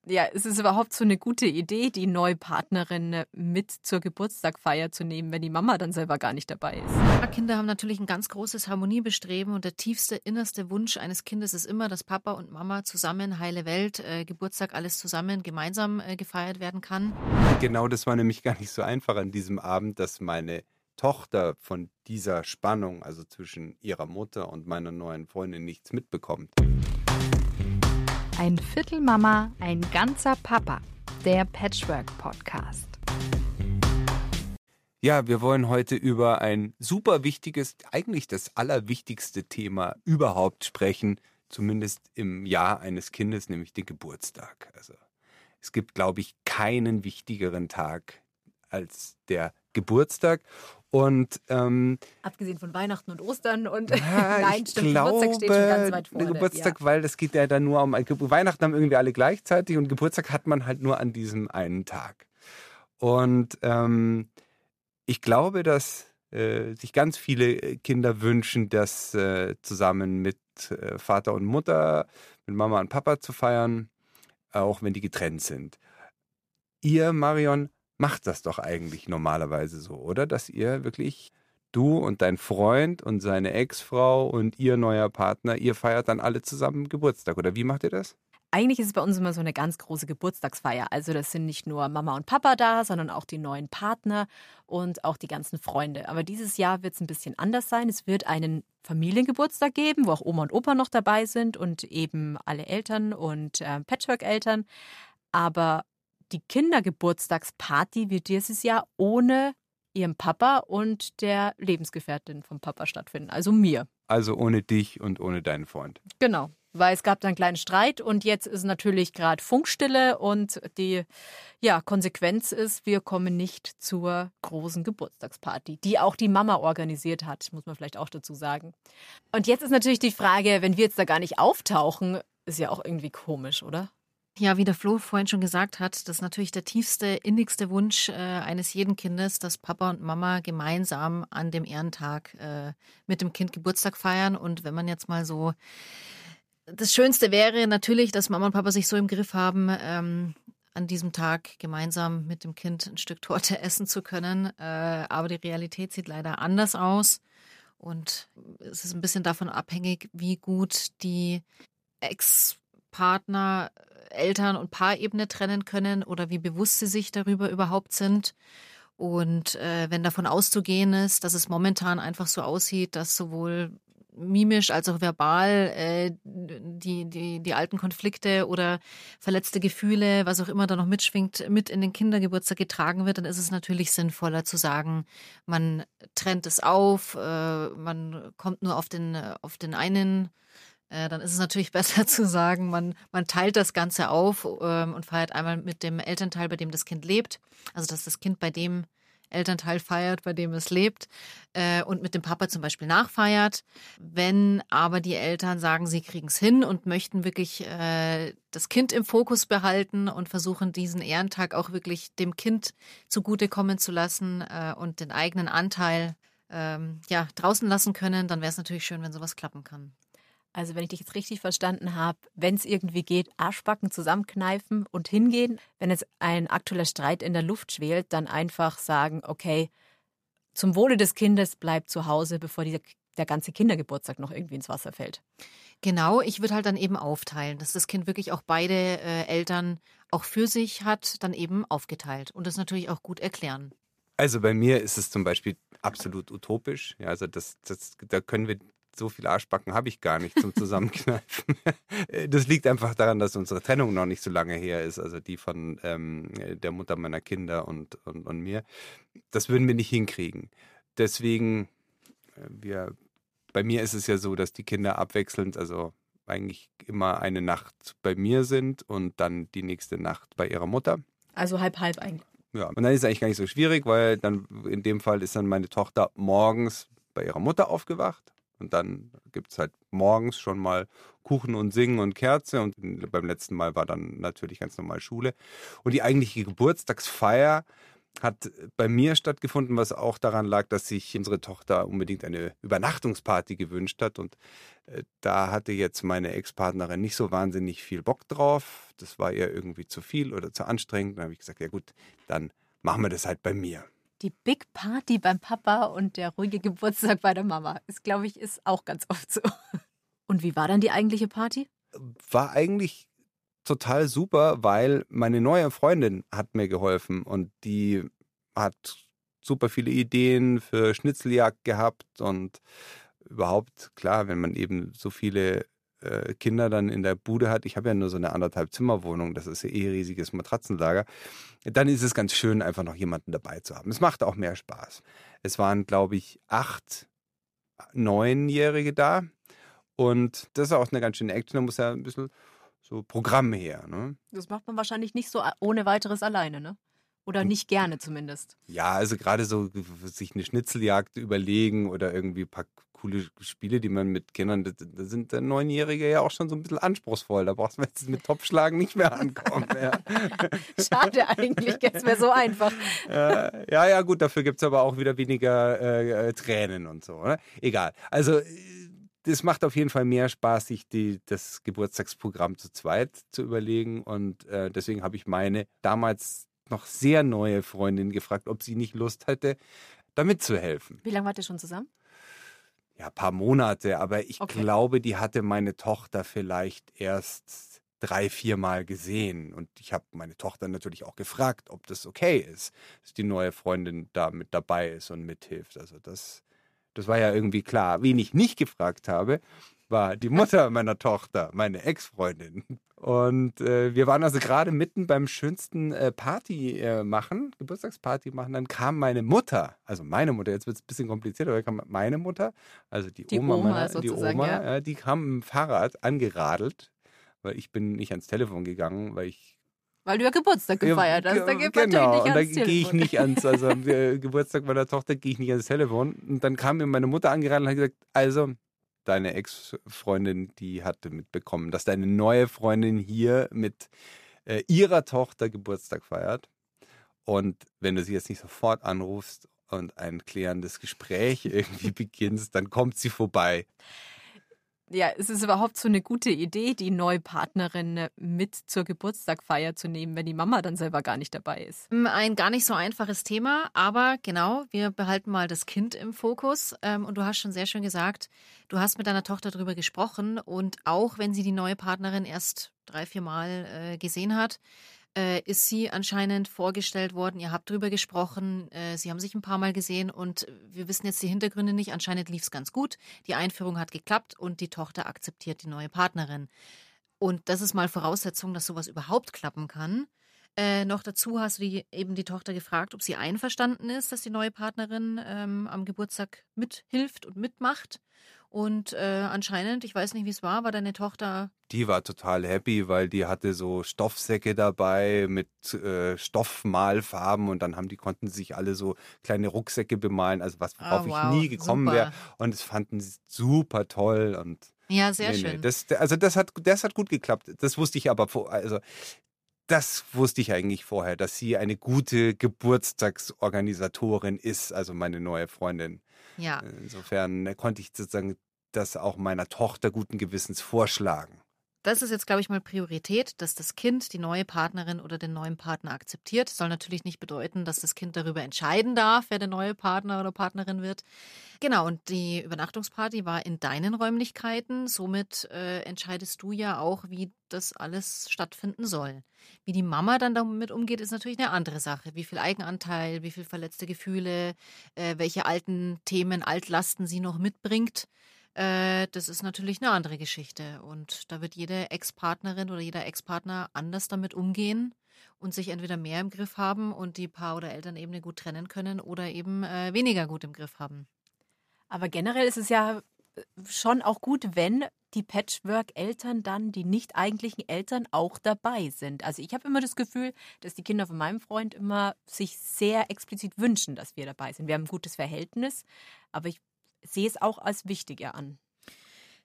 Ja, ist es überhaupt so eine gute Idee, die neue Partnerin mit zur Geburtstagfeier zu nehmen, wenn die Mama dann selber gar nicht dabei ist? Kinder haben natürlich ein ganz großes Harmoniebestreben und der tiefste, innerste Wunsch eines Kindes ist immer, dass Papa und Mama zusammen, heile Welt, Geburtstag, alles zusammen, gemeinsam gefeiert werden kann. Genau, das war nämlich gar nicht so einfach an diesem Abend, dass meine Tochter von dieser Spannung, also zwischen ihrer Mutter und meiner neuen Freundin, nichts mitbekommt. Ein Viertel Mama, ein ganzer Papa. Der Patchwork-Podcast. Ja, wir wollen heute über ein super wichtiges, eigentlich das allerwichtigste Thema überhaupt sprechen, zumindest im Jahr eines Kindes, nämlich den Geburtstag. Also es gibt, glaube ich, keinen wichtigeren Tag als der Geburtstag. Und Abgesehen von Weihnachten und Ostern und nein, stimmt, Geburtstag steht schon ganz weit vorne. Geburtstag, weil das geht ja dann nur um Weihnachten haben irgendwie alle gleichzeitig und Geburtstag hat man halt nur an diesem einen Tag. Und ich glaube, dass sich ganz viele Kinder wünschen, das zusammen mit Vater und Mutter, mit Mama und Papa zu feiern, auch wenn die getrennt sind. Ihr, Marion, macht das doch eigentlich normalerweise so, oder? Dass ihr wirklich, du und dein Freund und seine Ex-Frau und ihr neuer Partner, ihr feiert dann alle zusammen Geburtstag, oder wie macht ihr das? Eigentlich ist es bei uns immer so eine ganz große Geburtstagsfeier. Also das sind nicht nur Mama und Papa da, sondern auch die neuen Partner und auch die ganzen Freunde. Aber dieses Jahr wird es ein bisschen anders sein. Es wird einen Familiengeburtstag geben, wo auch Oma und Opa noch dabei sind und eben alle Eltern und Patchwork-Eltern. Aber die Kindergeburtstagsparty wird dieses Jahr ohne ihrem Papa und der Lebensgefährtin vom Papa stattfinden, also mir. Also ohne dich und ohne deinen Freund. Genau, weil es gab da einen kleinen Streit und jetzt ist natürlich gerade Funkstille und die Konsequenz ist, wir kommen nicht zur großen Geburtstagsparty, die auch die Mama organisiert hat, muss man vielleicht auch dazu sagen. Und jetzt ist natürlich die Frage, wenn wir jetzt da gar nicht auftauchen, ist ja auch irgendwie komisch, oder? Ja, wie der Flo vorhin schon gesagt hat, das ist natürlich der tiefste, innigste Wunsch eines jeden Kindes, dass Papa und Mama gemeinsam an dem Ehrentag mit dem Kind Geburtstag feiern. Und wenn man jetzt mal so, das Schönste wäre natürlich, dass Mama und Papa sich so im Griff haben, an diesem Tag gemeinsam mit dem Kind ein Stück Torte essen zu können. Aber die Realität sieht leider anders aus. Und es ist ein bisschen davon abhängig, wie gut die Ex-Partner Eltern- und Paarebene trennen können oder wie bewusst sie sich darüber überhaupt sind. Und wenn davon auszugehen ist, dass es momentan einfach so aussieht, dass sowohl mimisch als auch verbal die alten Konflikte oder verletzte Gefühle, was auch immer da noch mitschwingt, mit in den Kindergeburtstag getragen wird, dann ist es natürlich sinnvoller zu sagen, man trennt es auf, man kommt nur auf den einen. Dann ist es natürlich besser zu sagen, man teilt das Ganze auf und feiert einmal mit dem Elternteil, bei dem das Kind lebt. Also dass das Kind bei dem Elternteil feiert, bei dem es lebt und mit dem Papa zum Beispiel nachfeiert. Wenn aber die Eltern sagen, sie kriegen es hin und möchten wirklich das Kind im Fokus behalten und versuchen, diesen Ehrentag auch wirklich dem Kind zugutekommen zu lassen und den eigenen Anteil draußen lassen können, dann wäre es natürlich schön, wenn sowas klappen kann. Also wenn ich dich jetzt richtig verstanden habe, wenn es irgendwie geht, Arschbacken zusammenkneifen und hingehen. Wenn jetzt ein aktueller Streit in der Luft schwelt, dann einfach sagen, okay, zum Wohle des Kindes bleibt zu Hause, bevor der ganze Kindergeburtstag noch irgendwie ins Wasser fällt. Genau, ich würde halt dann eben aufteilen, dass das Kind wirklich auch beide Eltern auch für sich hat, dann eben aufgeteilt und das natürlich auch gut erklären. Also bei mir ist es zum Beispiel absolut utopisch. Ja, also da können wir, so viel Arschbacken habe ich gar nicht zum Zusammenkneifen. Das liegt einfach daran, dass unsere Trennung noch nicht so lange her ist, also die von der Mutter meiner Kinder und mir. Das würden wir nicht hinkriegen. Deswegen, bei mir ist es ja so, dass die Kinder abwechselnd, also eigentlich immer eine Nacht bei mir sind und dann die nächste Nacht bei ihrer Mutter. Also halb eigentlich. Ja, und dann ist es eigentlich gar nicht so schwierig, weil dann in dem Fall ist dann meine Tochter morgens bei ihrer Mutter aufgewacht. Und dann gibt es halt morgens schon mal Kuchen und Singen und Kerze. Und beim letzten Mal war dann natürlich ganz normal Schule. Und die eigentliche Geburtstagsfeier hat bei mir stattgefunden, was auch daran lag, dass sich unsere Tochter unbedingt eine Übernachtungsparty gewünscht hat. Und da hatte jetzt meine Ex-Partnerin nicht so wahnsinnig viel Bock drauf. Das war ihr irgendwie zu viel oder zu anstrengend. Dann habe ich gesagt, ja gut, dann machen wir das halt bei mir. Die Big Party beim Papa und der ruhige Geburtstag bei der Mama. Ist, glaube ich, ist auch ganz oft so. Und wie war dann die eigentliche Party? War eigentlich total super, weil meine neue Freundin hat mir geholfen und die hat super viele Ideen für Schnitzeljagd gehabt und überhaupt, klar, wenn man eben so viele Kinder dann in der Bude hat, ich habe ja nur so eine 1,5 Zimmerwohnung, das ist ja eh riesiges Matratzenlager, dann ist es ganz schön, einfach noch jemanden dabei zu haben. Es macht auch mehr Spaß. Es waren, glaube ich, 8, 9-Jährige da und das ist auch eine ganz schöne Action, da muss ja ein bisschen so Programm her. Ne? Das macht man wahrscheinlich nicht so ohne weiteres alleine, ne? Oder nicht gerne zumindest. Ja, also gerade so sich eine Schnitzeljagd überlegen oder irgendwie ein paar coole Spiele, die man mit Kindern, da sind der 9-Jährige ja auch schon so ein bisschen anspruchsvoll. Da brauchst du jetzt mit Topfschlagen nicht mehr ankommen. Ja. Schade eigentlich, jetzt wäre so einfach. Ja, gut, dafür gibt es aber auch wieder weniger Tränen und so. Ne? Egal. Also das macht auf jeden Fall mehr Spaß, sich das Geburtstagsprogramm zu zweit zu überlegen. Und deswegen habe ich meine damals noch sehr neue Freundin gefragt, ob sie nicht Lust hätte, da mitzuhelfen. Wie lange wart ihr schon zusammen? Ja, ein paar Monate, aber ich Okay. glaube, die hatte meine Tochter vielleicht erst 3-4 Mal gesehen. Und ich habe meine Tochter natürlich auch gefragt, ob das okay ist, dass die neue Freundin da mit dabei ist und mithilft. Also das war ja irgendwie klar. Wen ich nicht gefragt habe, war die Mutter meiner Tochter, meine Ex-Freundin. Und wir waren also gerade mitten beim schönsten Geburtstagsparty machen. Dann kam meine Mutter, jetzt wird es ein bisschen komplizierter, aber kam meine Mutter, also die Oma, ja. die kam mit dem Fahrrad angeradelt, weil ich bin nicht ans Telefon gegangen, Weil du ja Geburtstag gefeiert hast. Da geht genau, natürlich und da nicht ans gehe ich Telefon. nicht also am Geburtstag meiner Tochter gehe ich nicht ans Telefon. Und dann kam mir meine Mutter angeradelt und hat gesagt, also deine Ex-Freundin, die hatte mitbekommen, dass deine neue Freundin hier mit ihrer Tochter Geburtstag feiert. Und wenn du sie jetzt nicht sofort anrufst und ein klärendes Gespräch irgendwie beginnst, dann kommt sie vorbei. Ja, ist es überhaupt so eine gute Idee, die neue Partnerin mit zur Geburtstagfeier zu nehmen, wenn die Mama dann selber gar nicht dabei ist? Ein gar nicht so einfaches Thema, aber genau, wir behalten mal das Kind im Fokus. Und du hast schon sehr schön gesagt, du hast mit deiner Tochter darüber gesprochen und auch wenn sie die neue Partnerin erst 3-4 Mal gesehen hat, ist sie anscheinend vorgestellt worden. Ihr habt drüber gesprochen, sie haben sich ein paar Mal gesehen und wir wissen jetzt die Hintergründe nicht. Anscheinend lief es ganz gut. Die Einführung hat geklappt und die Tochter akzeptiert die neue Partnerin. Und das ist mal Voraussetzung, dass sowas überhaupt klappen kann. Noch dazu hast du eben die Tochter gefragt, ob sie einverstanden ist, dass die neue Partnerin am Geburtstag mithilft und mitmacht. Und anscheinend, ich weiß nicht, wie es war deine Tochter. Die war total happy, weil die hatte so Stoffsäcke dabei mit Stoffmalfarben und dann konnten sich alle so kleine Rucksäcke bemalen, also worauf ich nie gekommen wäre. Und das fanden sie super toll und ja, sehr schön. Das hat gut geklappt. Das wusste ich aber das wusste ich eigentlich vorher, dass sie eine gute Geburtstagsorganisatorin ist, also meine neue Freundin. Ja. Insofern konnte ich sozusagen das auch meiner Tochter guten Gewissens vorschlagen. Das ist jetzt, glaube ich, mal Priorität, dass das Kind die neue Partnerin oder den neuen Partner akzeptiert. Soll natürlich nicht bedeuten, dass das Kind darüber entscheiden darf, wer der neue Partner oder Partnerin wird. Genau, und die Übernachtungsparty war in deinen Räumlichkeiten. Somit entscheidest du ja auch, wie das alles stattfinden soll. Wie die Mama dann damit umgeht, ist natürlich eine andere Sache. Wie viel Eigenanteil, wie viel verletzte Gefühle, welche alten Themen, Altlasten sie noch mitbringt. Das ist natürlich eine andere Geschichte. Und da wird jede Ex-Partnerin oder jeder Ex-Partner anders damit umgehen und sich entweder mehr im Griff haben und die Paar- oder Elternebene gut trennen können oder eben weniger gut im Griff haben. Aber generell ist es ja schon auch gut, wenn die Patchwork-Eltern dann, die nicht eigentlichen Eltern, auch dabei sind. Also ich habe immer das Gefühl, dass die Kinder von meinem Freund immer sich sehr explizit wünschen, dass wir dabei sind. Wir haben ein gutes Verhältnis, aber ich sehe es auch als wichtiger an.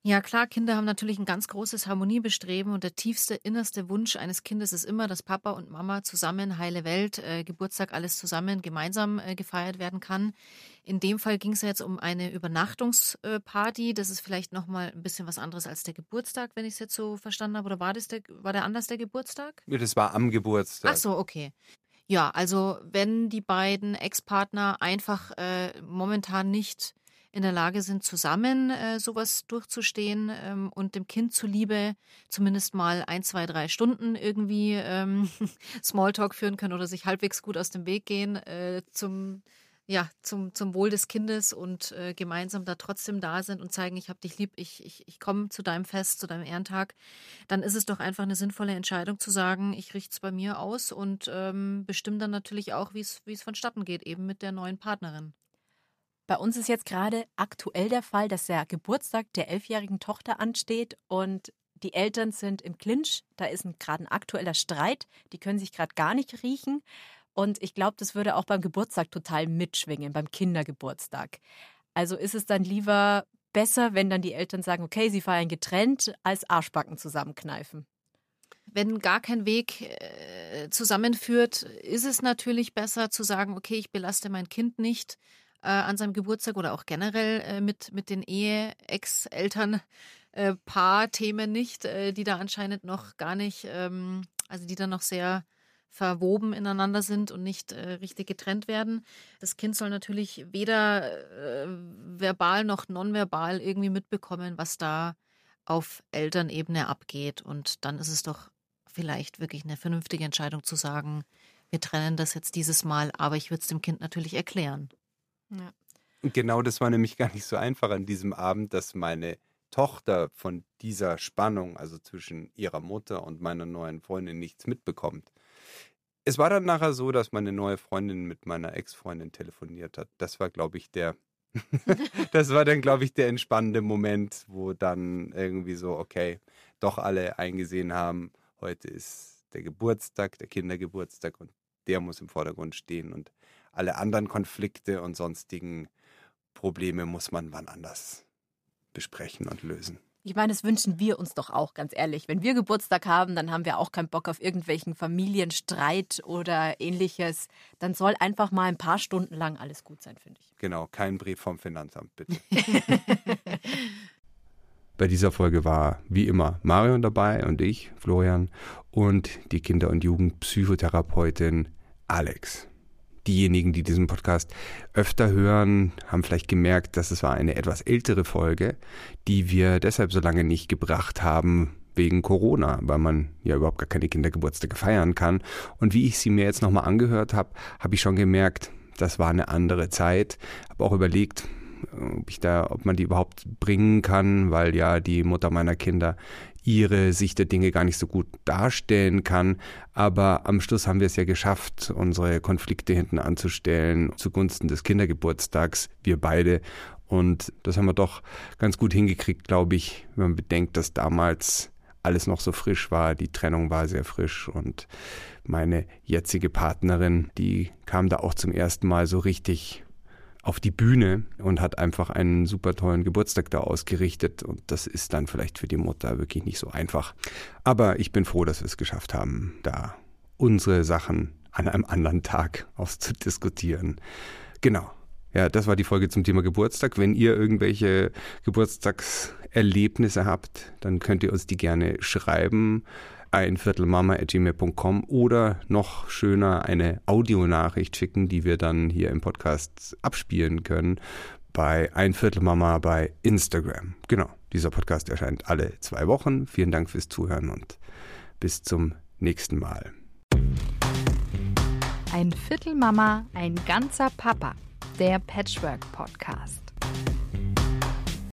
Ja klar, Kinder haben natürlich ein ganz großes Harmoniebestreben und der tiefste, innerste Wunsch eines Kindes ist immer, dass Papa und Mama zusammen, heile Welt, Geburtstag, alles zusammen, gemeinsam gefeiert werden kann. In dem Fall ging es ja jetzt um eine Übernachtungsparty. Das ist vielleicht nochmal ein bisschen was anderes als der Geburtstag, wenn ich es jetzt so verstanden habe. Oder war der anders der Geburtstag? Ja, das war am Geburtstag. Ach so, okay. Ja, also wenn die beiden Ex-Partner einfach momentan nicht in der Lage sind, zusammen sowas durchzustehen und dem Kind zuliebe zumindest mal 1, 2, 3 Stunden irgendwie Smalltalk führen können oder sich halbwegs gut aus dem Weg gehen zum Wohl des Kindes und gemeinsam da trotzdem da sind und zeigen, ich habe dich lieb, ich komme zu deinem Fest, zu deinem Ehrentag, dann ist es doch einfach eine sinnvolle Entscheidung zu sagen, ich richte es bei mir aus und bestimme dann natürlich auch, wie es vonstatten geht, eben mit der neuen Partnerin. Bei uns ist jetzt gerade aktuell der Fall, dass der Geburtstag der 11-jährigen Tochter ansteht und die Eltern sind im Clinch. Da ist gerade ein aktueller Streit. Die können sich gerade gar nicht riechen. Und ich glaube, das würde auch beim Geburtstag total mitschwingen, beim Kindergeburtstag. Also ist es dann lieber besser, wenn dann die Eltern sagen, okay, sie feiern getrennt, als Arschbacken zusammenkneifen. Wenn gar kein Weg zusammenführt, ist es natürlich besser zu sagen, okay, ich belaste mein Kind nicht an seinem Geburtstag oder auch generell mit den Ex-Eltern-Paar-Themen nicht, die da anscheinend noch gar nicht, also die da noch sehr verwoben ineinander sind und nicht richtig getrennt werden. Das Kind soll natürlich weder verbal noch nonverbal irgendwie mitbekommen, was da auf Elternebene abgeht. Und dann ist es doch vielleicht wirklich eine vernünftige Entscheidung zu sagen, wir trennen das jetzt dieses Mal, aber ich würde es dem Kind natürlich erklären. Ja. Genau, das war nämlich gar nicht so einfach an diesem Abend, dass meine Tochter von dieser Spannung, also zwischen ihrer Mutter und meiner neuen Freundin, nichts mitbekommt. Es war dann nachher so, dass meine neue Freundin mit meiner Ex-Freundin telefoniert hat. Das war, glaube ich, der entspannende Moment, wo dann irgendwie so, okay, doch alle eingesehen haben, heute ist der Geburtstag, der Kindergeburtstag und der muss im Vordergrund stehen und alle anderen Konflikte und sonstigen Probleme muss man wann anders besprechen und lösen. Ich meine, das wünschen wir uns doch auch, ganz ehrlich. Wenn wir Geburtstag haben, dann haben wir auch keinen Bock auf irgendwelchen Familienstreit oder ähnliches. Dann soll einfach mal ein paar Stunden lang alles gut sein, finde ich. Genau, kein Brief vom Finanzamt, bitte. Bei dieser Folge war wie immer Marion dabei und ich, Florian, und die Kinder- und Jugendpsychotherapeutin Alex. Diejenigen, die diesen Podcast öfter hören, haben vielleicht gemerkt, dass es war eine etwas ältere Folge, die wir deshalb so lange nicht gebracht haben wegen Corona, weil man ja überhaupt gar keine Kindergeburtstage feiern kann. Und wie ich sie mir jetzt nochmal angehört habe, habe ich schon gemerkt, das war eine andere Zeit. Habe auch überlegt, ob man die überhaupt bringen kann, weil ja die Mutter meiner Kinder ihre Sicht der Dinge gar nicht so gut darstellen kann. Aber am Schluss haben wir es ja geschafft, unsere Konflikte hinten anzustellen zugunsten des Kindergeburtstags, wir beide. Und das haben wir doch ganz gut hingekriegt, glaube ich, wenn man bedenkt, dass damals alles noch so frisch war. Die Trennung war sehr frisch und meine jetzige Partnerin, die kam da auch zum ersten Mal so richtig auf die Bühne und hat einfach einen super tollen Geburtstag da ausgerichtet und das ist dann vielleicht für die Mutter wirklich nicht so einfach. Aber ich bin froh, dass wir es geschafft haben, da unsere Sachen an einem anderen Tag auszudiskutieren. Genau. Ja, das war die Folge zum Thema Geburtstag. Wenn ihr irgendwelche Geburtstagserlebnisse habt, dann könnt ihr uns die gerne schreiben. einviertelmama@gmail.com oder noch schöner eine Audionachricht schicken, die wir dann hier im Podcast abspielen können bei einviertelmama bei Instagram. Genau, dieser Podcast erscheint alle 2 Wochen. Vielen Dank fürs Zuhören und bis zum nächsten Mal. Ein Viertel Mama, ein ganzer Papa. Der Patchwork Podcast.